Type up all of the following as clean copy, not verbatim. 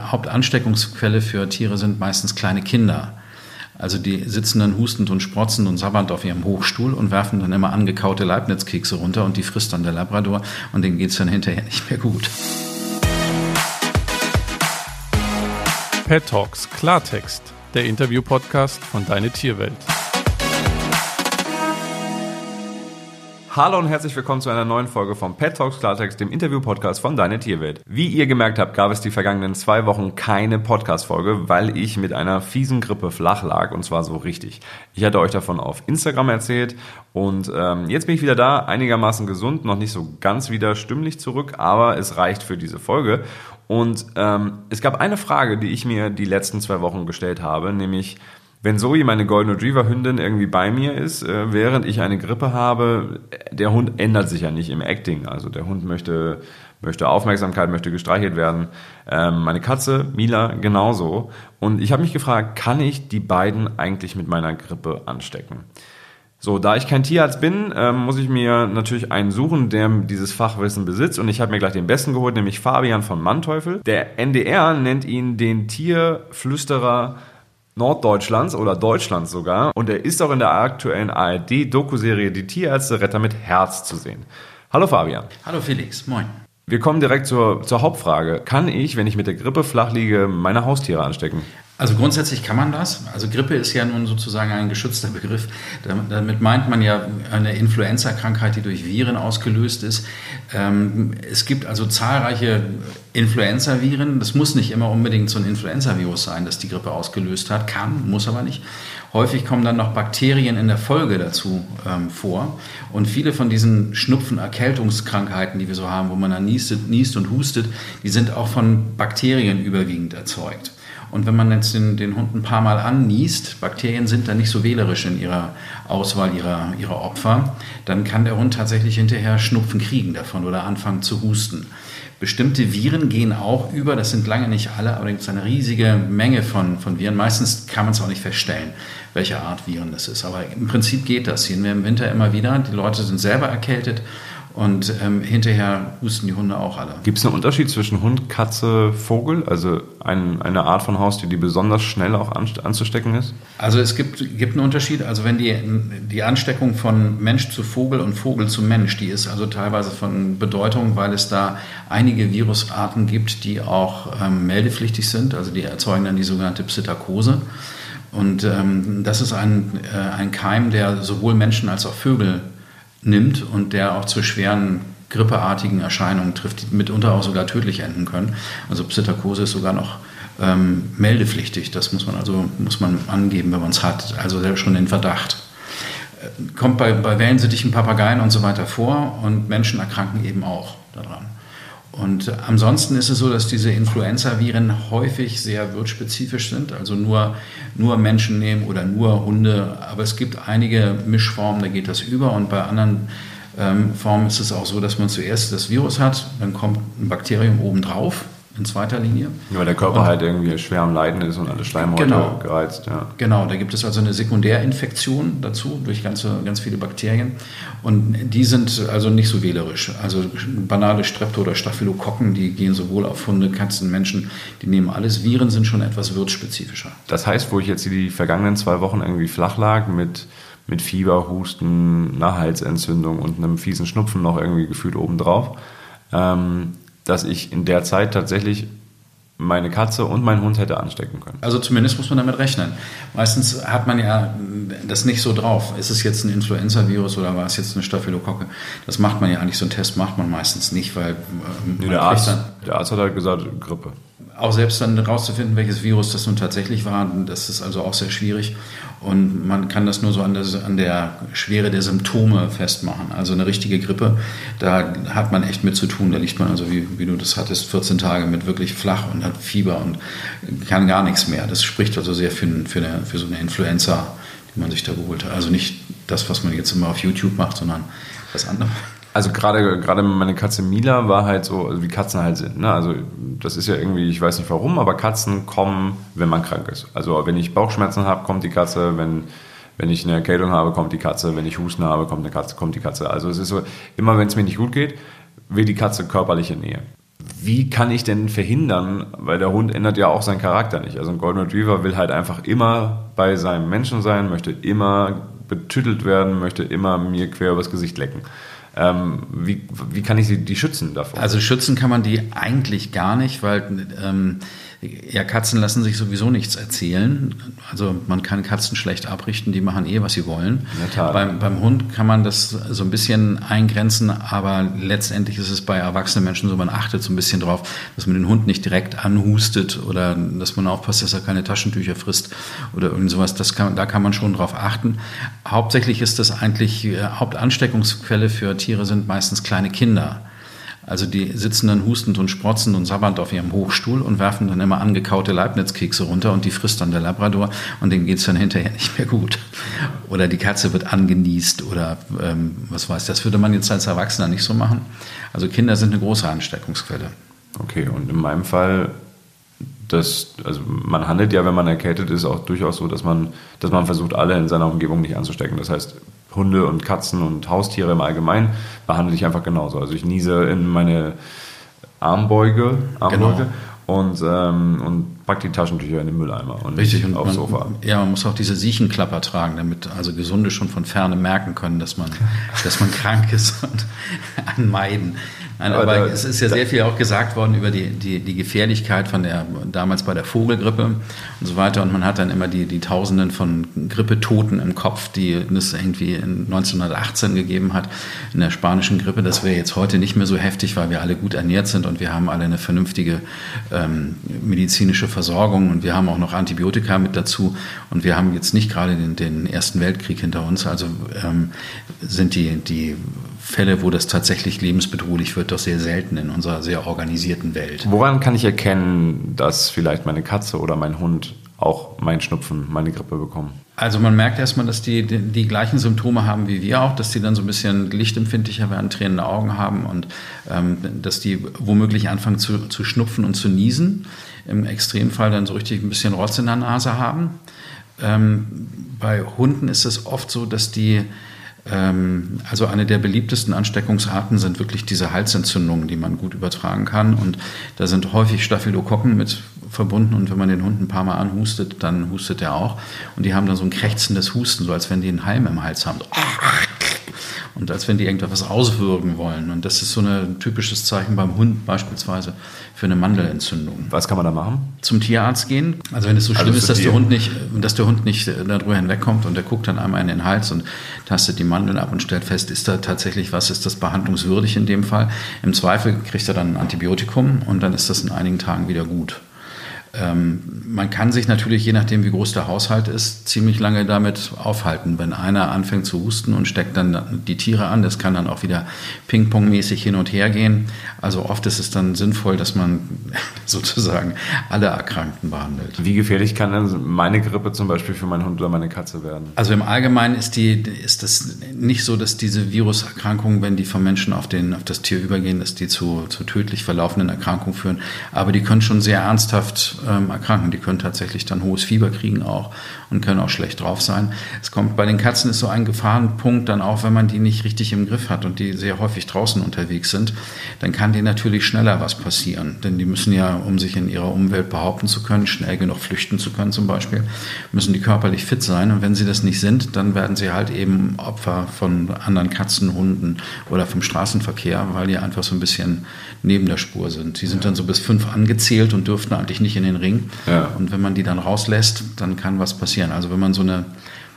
Hauptansteckungsquelle für Tiere sind meistens kleine Kinder. Also die sitzen dann hustend und sprotzend und sabbernd auf ihrem Hochstuhl und werfen dann immer angekaute Leibniz-Kekse runter und die frisst dann der Labrador und denen geht's dann hinterher nicht mehr gut. Pet Talks Klartext, der Interview-Podcast von Deine Tierwelt. Hallo und herzlich willkommen zu einer neuen Folge vom Pet Talks Klartext, dem Interview-Podcast von Deine Tierwelt. Wie ihr gemerkt habt, gab es die vergangenen 2 Wochen keine Podcast-Folge, weil ich mit einer fiesen Grippe flach lag, und zwar so richtig. Ich hatte euch davon auf Instagram erzählt und jetzt bin ich wieder da, einigermaßen gesund, noch nicht so ganz wieder stimmlich zurück, aber es reicht für diese Folge. Und es gab eine Frage, die ich mir die letzten 2 Wochen gestellt habe, nämlich: Wenn Zoe, meine Golden Retriever Hündin, irgendwie bei mir ist, während ich eine Grippe habe, der Hund ändert sich ja nicht im Acting. Also der Hund möchte Aufmerksamkeit, möchte gestreichelt werden. Meine Katze, Mila, genauso. Und ich habe mich gefragt, kann ich die beiden eigentlich mit meiner Grippe anstecken? So, da ich kein Tierarzt bin, muss ich mir natürlich einen suchen, der dieses Fachwissen besitzt. Und ich habe mir gleich den Besten geholt, nämlich Fabian von Manteuffel. Der NDR nennt ihn den Tierflüsterer Norddeutschlands oder Deutschlands sogar. Und er ist auch in der aktuellen ARD-Doku-Serie Die Tierärzte Retter mit Herz zu sehen. Hallo Fabian. Hallo Felix, moin. Wir kommen direkt zur Hauptfrage. Kann ich, wenn ich mit der Grippe flach liege, meine Haustiere anstecken? Also grundsätzlich kann man das. Also Grippe ist ja nun sozusagen ein geschützter Begriff. Damit meint man ja eine Influenza-Krankheit, die durch Viren ausgelöst ist. Es gibt also zahlreiche Influenza-Viren. Das muss nicht immer unbedingt so ein Influenza-Virus sein, das die Grippe ausgelöst hat. Kann, muss aber nicht. Häufig kommen dann noch Bakterien in der Folge dazu vor. Und viele von diesen Schnupfen-Erkältungskrankheiten, die wir so haben, wo man dann niest und hustet, die sind auch von Bakterien überwiegend erzeugt. Und wenn man jetzt den Hund ein paar Mal anniest, Bakterien sind da nicht so wählerisch in ihrer Auswahl ihrer Opfer, dann kann der Hund tatsächlich hinterher Schnupfen kriegen davon oder anfangen zu husten. Bestimmte Viren gehen auch über, das sind lange nicht alle, aber da gibt es eine riesige Menge von Viren. Meistens kann man es auch nicht feststellen, welche Art Viren das ist. Aber im Prinzip geht das. Sehen wir im Winter immer wieder. Die Leute sind selber erkältet. Und hinterher husten die Hunde auch alle. Gibt es einen Unterschied zwischen Hund, Katze, Vogel? Also eine Art von Haustier, die besonders schnell auch anzustecken ist? Also es gibt einen Unterschied. Also wenn die Ansteckung von Mensch zu Vogel und Vogel zu Mensch, die ist also teilweise von Bedeutung, weil es da einige Virusarten gibt, die auch meldepflichtig sind. Also die erzeugen dann die sogenannte Psittacose. Und das ist ein Keim, der sowohl Menschen als auch Vögel nimmt und der auch zu schweren grippeartigen Erscheinungen trifft, die mitunter auch sogar tödlich enden können. Also Psittacose ist sogar noch meldepflichtig. Das muss man angeben, wenn man es hat. Also schon den Verdacht. Kommt bei Wellensittichen, Papageien und so weiter vor und Menschen erkranken eben auch daran. Und ansonsten ist es so, dass diese Influenza-Viren häufig sehr wirtsspezifisch sind, also nur Menschen nehmen oder nur Hunde. Aber es gibt einige Mischformen, da geht das über. Und bei anderen Formen ist es auch so, dass man zuerst das Virus hat, dann kommt ein Bakterium obendrauf in zweiter Linie. Ja, weil der Körper halt irgendwie schwer am Leiden ist und alle Schleimhäute gereizt. Ja. Genau, da gibt es also eine Sekundärinfektion dazu durch ganz viele Bakterien. Und die sind also nicht so wählerisch. Also banale Strepto- oder Staphylokokken, die gehen sowohl auf Hunde, Katzen, Menschen, die nehmen alles. Viren sind schon etwas wirtsspezifischer. Das heißt, wo ich jetzt die vergangenen 2 Wochen irgendwie flach lag mit Fieber, Husten, einer Halsentzündung und einem fiesen Schnupfen noch irgendwie gefühlt obendrauf, dass ich in der Zeit tatsächlich meine Katze und meinen Hund hätte anstecken können. Also zumindest muss man damit rechnen. Meistens hat man ja das nicht so drauf. Ist es jetzt ein Influenza-Virus oder war es jetzt eine Staphylokocke? Das macht man ja eigentlich, so einen Test macht man meistens nicht, weil der Arzt hat halt gesagt, Grippe. Auch selbst dann rauszufinden, welches Virus das nun tatsächlich war, das ist also auch sehr schwierig. Und man kann das nur so an der Schwere der Symptome festmachen. Also eine richtige Grippe, da hat man echt mit zu tun. Da liegt man also, wie du das hattest, 14 Tage mit wirklich flach und hat Fieber und kann gar nichts mehr. Das spricht also sehr für so eine Influenza, die man sich da geholt hat. Also nicht das, was man jetzt immer auf YouTube macht, sondern das andere. Also gerade meine Katze Mila war halt so, also wie Katzen halt sind. Ne? Also das ist ja irgendwie, ich weiß nicht warum, aber Katzen kommen, wenn man krank ist. Also wenn ich Bauchschmerzen habe, kommt die Katze. Wenn ich eine Erkältung habe, kommt die Katze. Wenn ich Husten habe, kommt die Katze. Also es ist so, immer wenn es mir nicht gut geht, will die Katze körperliche Nähe. Wie kann ich denn verhindern, weil der Hund ändert ja auch seinen Charakter nicht. Also ein Golden Retriever will halt einfach immer bei seinem Menschen sein, möchte immer betüttelt werden, möchte immer mir quer übers Gesicht lecken. Wie kann ich die schützen davor? Also schützen kann man die eigentlich gar nicht, weil Katzen lassen sich sowieso nichts erzählen. Also man kann Katzen schlecht abrichten, die machen was sie wollen. In der Tat. Beim Hund kann man das so ein bisschen eingrenzen, aber letztendlich ist es bei erwachsenen Menschen so, man achtet so ein bisschen drauf, dass man den Hund nicht direkt anhustet oder dass man aufpasst, dass er keine Taschentücher frisst oder irgend sowas. Da kann man schon drauf achten. Hauptsächlich ist das eigentlich, Hauptansteckungsquelle für Tiere sind meistens kleine Kinder. Also die sitzen dann hustend und sprotzend und sabbernd auf ihrem Hochstuhl und werfen dann immer angekaute Leibniz-Kekse runter und die frisst dann der Labrador und dem geht's dann hinterher nicht mehr gut. Oder die Katze wird angenießt oder das würde man jetzt als Erwachsener nicht so machen. Also Kinder sind eine große Ansteckungsquelle. Okay, und in meinem Fall, man handelt ja, wenn man erkältet ist, auch durchaus so, dass man versucht, alle in seiner Umgebung nicht anzustecken. Das heißt, Hunde und Katzen und Haustiere im Allgemeinen behandle ich einfach genauso. Also ich niese in meine Armbeuge Genau. und pack die Taschentücher in den Mülleimer und Richtig, und aufs Sofa. Ja, man muss auch diese Siechenklapper tragen, damit also Gesunde schon von Ferne merken können, dass man krank ist und anmeiden. Nein, aber es ist ja sehr viel auch gesagt worden über die Gefährlichkeit von damals bei der Vogelgrippe und so weiter. Und man hat dann immer die Tausenden von Grippetoten im Kopf, die es irgendwie in 1918 gegeben hat, in der spanischen Grippe. Das wäre jetzt heute nicht mehr so heftig, weil wir alle gut ernährt sind und wir haben alle eine vernünftige medizinische Versorgung und wir haben auch noch Antibiotika mit dazu und wir haben jetzt nicht gerade den Ersten Weltkrieg hinter uns. Also sind die Fälle, wo das tatsächlich lebensbedrohlich wird, doch sehr selten in unserer sehr organisierten Welt. Woran kann ich erkennen, dass vielleicht meine Katze oder mein Hund auch meinen Schnupfen, meine Grippe bekommen? Also man merkt erstmal, dass die gleichen Symptome haben wie wir auch, dass die dann so ein bisschen lichtempfindlicher werden, tränende Augen haben und dass die womöglich anfangen zu schnupfen und zu niesen. Im Extremfall dann so richtig ein bisschen Rotz in der Nase haben. Bei Hunden ist es oft so, dass also eine der beliebtesten Ansteckungsarten sind wirklich diese Halsentzündungen, die man gut übertragen kann. Und da sind häufig Staphylokokken mit verbunden. Und wenn man den Hund ein paar Mal anhustet, dann hustet er auch. Und die haben dann so ein krächzendes Husten, so als wenn die einen Halm im Hals haben. So. Und als wenn die irgendwas auswürgen wollen. Und das ist so ein typisches Zeichen beim Hund beispielsweise für eine Mandelentzündung. Was kann man da machen? Zum Tierarzt gehen. Also wenn es so schlimm ist, dass der Hund nicht darüber hinwegkommt und der guckt dann einmal in den Hals und tastet die Mandeln ab und stellt fest, ist da tatsächlich was, ist das behandlungswürdig in dem Fall. Im Zweifel kriegt er dann ein Antibiotikum und dann ist das in einigen Tagen wieder gut. Man kann sich natürlich, je nachdem wie groß der Haushalt ist, ziemlich lange damit aufhalten. Wenn einer anfängt zu husten und steckt dann die Tiere an, das kann dann auch wieder Ping-Pong-mäßig hin und her gehen. Also oft ist es dann sinnvoll, dass man sozusagen alle Erkrankten behandelt. Wie gefährlich kann denn meine Grippe zum Beispiel für meinen Hund oder meine Katze werden? Also im Allgemeinen ist das nicht so, dass diese Viruserkrankungen, wenn die vom Menschen auf das Tier übergehen, dass die zu tödlich verlaufenden Erkrankungen führen. Aber die können schon sehr ernsthaft erkranken. Die können tatsächlich dann hohes Fieber kriegen auch und können auch schlecht drauf sein. Bei den Katzen ist so ein Gefahrenpunkt dann auch, wenn man die nicht richtig im Griff hat und die sehr häufig draußen unterwegs sind, dann kann denen natürlich schneller was passieren. Denn die müssen ja, um sich in ihrer Umwelt behaupten zu können, schnell genug flüchten zu können zum Beispiel, müssen die körperlich fit sein. Und wenn sie das nicht sind, dann werden sie halt eben Opfer von anderen Katzen, Hunden oder vom Straßenverkehr, weil die einfach so ein bisschen neben der Spur sind. Die sind dann so bis 5 angezählt und dürften eigentlich nicht in den Ring. Ja. Und wenn man die dann rauslässt, dann kann was passieren. Also wenn man so eine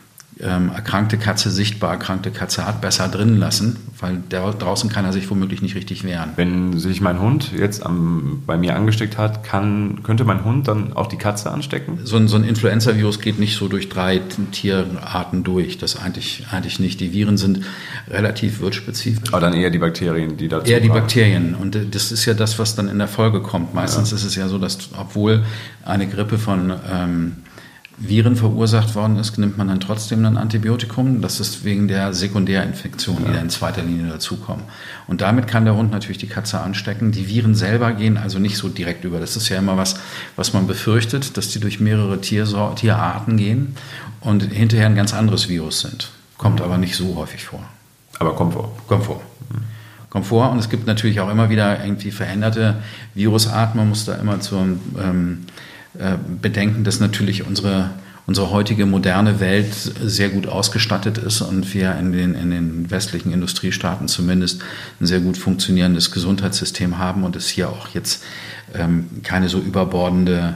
sichtbar erkrankte Katze hat, besser drin lassen, weil draußen kann er sich womöglich nicht richtig wehren. Wenn sich mein Hund jetzt bei mir angesteckt hat, könnte mein Hund dann auch die Katze anstecken? So ein Influenza-Virus geht nicht so durch 3 Tierarten durch. Das eigentlich nicht. Die Viren sind relativ wirtsspezifisch. Aber dann eher die Bakterien, die dazu Eher die Bakterien. Und das ist ja das, was dann in der Folge kommt. Meistens ist es ja so, dass obwohl eine Grippe von Viren verursacht worden ist, nimmt man dann trotzdem ein Antibiotikum. Das ist wegen der Sekundärinfektion, die dann in zweiter Linie dazukommen. Und damit kann der Hund natürlich die Katze anstecken. Die Viren selber gehen also nicht so direkt über. Das ist ja immer was man befürchtet, dass die durch mehrere Tierarten gehen und hinterher ein ganz anderes Virus sind. Kommt aber nicht so häufig vor. Aber kommt vor. Kommt vor. Komfort. Und es gibt natürlich auch immer wieder irgendwie veränderte Virusarten. Man muss da immer bedenken, dass natürlich unsere heutige moderne Welt sehr gut ausgestattet ist und wir in den westlichen Industriestaaten zumindest ein sehr gut funktionierendes Gesundheitssystem haben und es hier auch jetzt keine so überbordende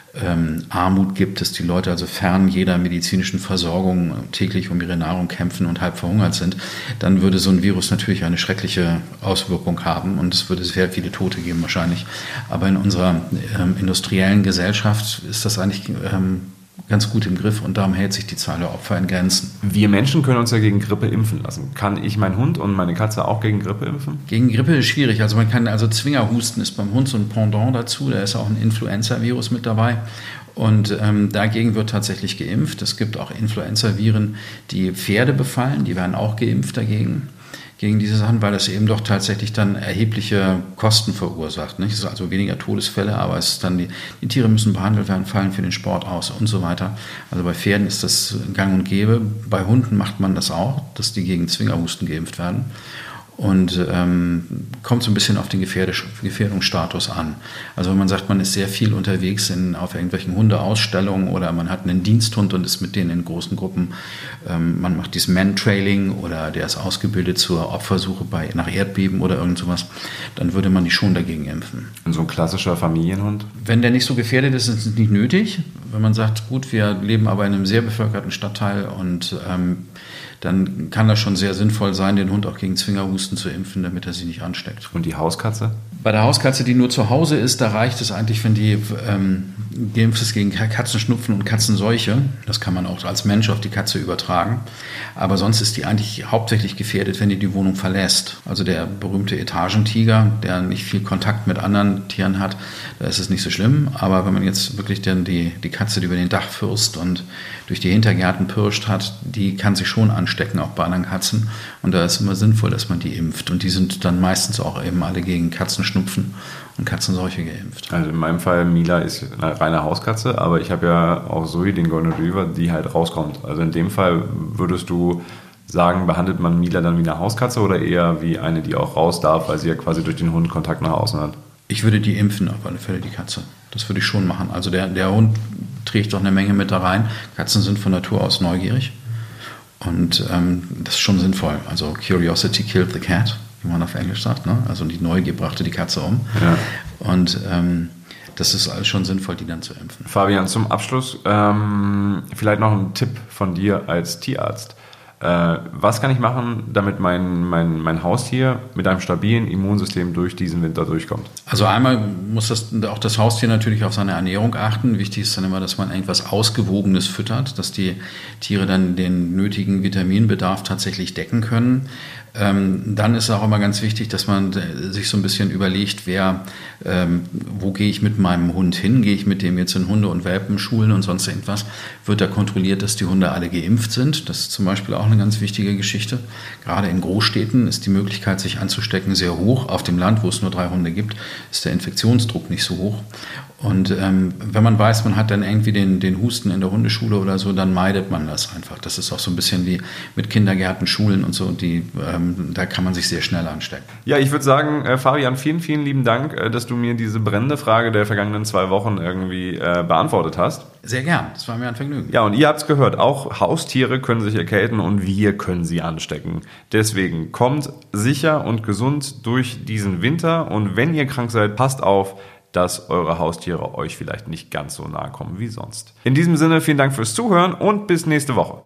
Armut gibt, dass die Leute also fern jeder medizinischen Versorgung täglich um ihre Nahrung kämpfen und halb verhungert sind, dann würde so ein Virus natürlich eine schreckliche Auswirkung haben und es würde sehr viele Tote geben wahrscheinlich. Aber in unserer industriellen Gesellschaft ist das eigentlich ganz gut im Griff und darum hält sich die Zahl der Opfer in Grenzen. Wir Menschen können uns ja gegen Grippe impfen lassen. Kann ich meinen Hund und meine Katze auch gegen Grippe impfen? Gegen Grippe ist schwierig. Also Zwingerhusten ist beim Hund so ein Pendant dazu. Da ist auch ein Influenza-Virus mit dabei. Und dagegen wird tatsächlich geimpft. Es gibt auch Influenza-Viren, die Pferde befallen. Die werden auch geimpft dagegen. Gegen diese Sachen, weil es eben doch tatsächlich dann erhebliche Kosten verursacht. Nicht? Es ist also weniger Todesfälle, aber es ist dann die Tiere müssen behandelt werden, fallen für den Sport aus und so weiter. Also bei Pferden ist das gang und gäbe. Bei Hunden macht man das auch, dass die gegen Zwingerhusten geimpft werden. Und kommt so ein bisschen auf den Gefährdungsstatus an. Also wenn man sagt, man ist sehr viel unterwegs auf irgendwelchen Hundeausstellungen oder man hat einen Diensthund und ist mit denen in großen Gruppen, man macht dieses Mantrailing oder der ist ausgebildet zur Opfersuche nach Erdbeben oder irgend sowas, dann würde man die schon dagegen impfen. Und so ein klassischer Familienhund? Wenn der nicht so gefährdet ist, ist es nicht nötig. Wenn man sagt, gut, wir leben aber in einem sehr bevölkerten Stadtteil und dann kann das schon sehr sinnvoll sein, den Hund auch gegen Zwingerhusten zu impfen, damit er sich nicht ansteckt. Und die Hauskatze? Bei der Hauskatze, die nur zu Hause ist, da reicht es eigentlich, wenn die geimpft ist gegen Katzenschnupfen und Katzenseuche. Das kann man auch als Mensch auf die Katze übertragen. Aber sonst ist die eigentlich hauptsächlich gefährdet, wenn die Wohnung verlässt. Also der berühmte Etagentiger, der nicht viel Kontakt mit anderen Tieren hat, da ist es nicht so schlimm. Aber wenn man jetzt wirklich dann die Katze, die über den Dachfirst und durch die Hintergärten pirscht hat, die kann sich schon anstecken, auch bei anderen Katzen. Und da ist immer sinnvoll, dass man die impft. Und die sind dann meistens auch eben alle gegen Katzenschnupfen und Katzenseuche geimpft. Also in meinem Fall, Mila ist eine reine Hauskatze, aber ich habe ja auch Zoe, den Golden Retriever, die halt rauskommt. Also in dem Fall würdest du sagen, behandelt man Mila dann wie eine Hauskatze oder eher wie eine, die auch raus darf, weil sie ja quasi durch den Hund Kontakt nach außen hat? Ich würde die impfen, auf alle Fälle die Katze. Das würde ich schon machen. Also der Hund trägt doch eine Menge mit da rein. Katzen sind von Natur aus neugierig. Und das ist schon sinnvoll. Also Curiosity killed the cat, wie man auf Englisch sagt. Ne? Also die Neugier brachte die Katze um. Ja. Und das ist alles schon sinnvoll, die dann zu impfen. Fabian, zum Abschluss vielleicht noch ein Tipp von dir als Tierarzt. Was kann ich machen, damit mein Haustier mit einem stabilen Immunsystem durch diesen Winter durchkommt? Also einmal muss auch das Haustier natürlich auf seine Ernährung achten. Wichtig ist dann immer, dass man irgendwas Ausgewogenes füttert, dass die Tiere dann den nötigen Vitaminbedarf tatsächlich decken können. Dann ist auch immer ganz wichtig, dass man sich so ein bisschen überlegt, wo gehe ich mit meinem Hund hin? Gehe ich mit dem jetzt in Hunde- und Welpenschulen und sonst irgendwas? Wird da kontrolliert, dass die Hunde alle geimpft sind? Das ist zum Beispiel auch eine ganz wichtige Geschichte. Gerade in Großstädten ist die Möglichkeit, sich anzustecken, sehr hoch. Auf dem Land, wo es nur 3 Hunde gibt, ist der Infektionsdruck nicht so hoch. Und wenn man weiß, man hat dann irgendwie den Husten in der Hundeschule oder so, dann meidet man das einfach. Das ist auch so ein bisschen wie mit Kindergärten, Schulen und so, da kann man sich sehr schnell anstecken. Ja, ich würde sagen, Fabian, vielen, vielen lieben Dank, dass du mir diese brennende Frage der vergangenen 2 Wochen irgendwie beantwortet hast. Sehr gern, das war mir ein Vergnügen. Ja, und ihr habt es gehört, auch Haustiere können sich erkälten und wir können sie anstecken. Deswegen kommt sicher und gesund durch diesen Winter und wenn ihr krank seid, passt auf, dass eure Haustiere euch vielleicht nicht ganz so nahe kommen wie sonst. In diesem Sinne, vielen Dank fürs Zuhören und bis nächste Woche.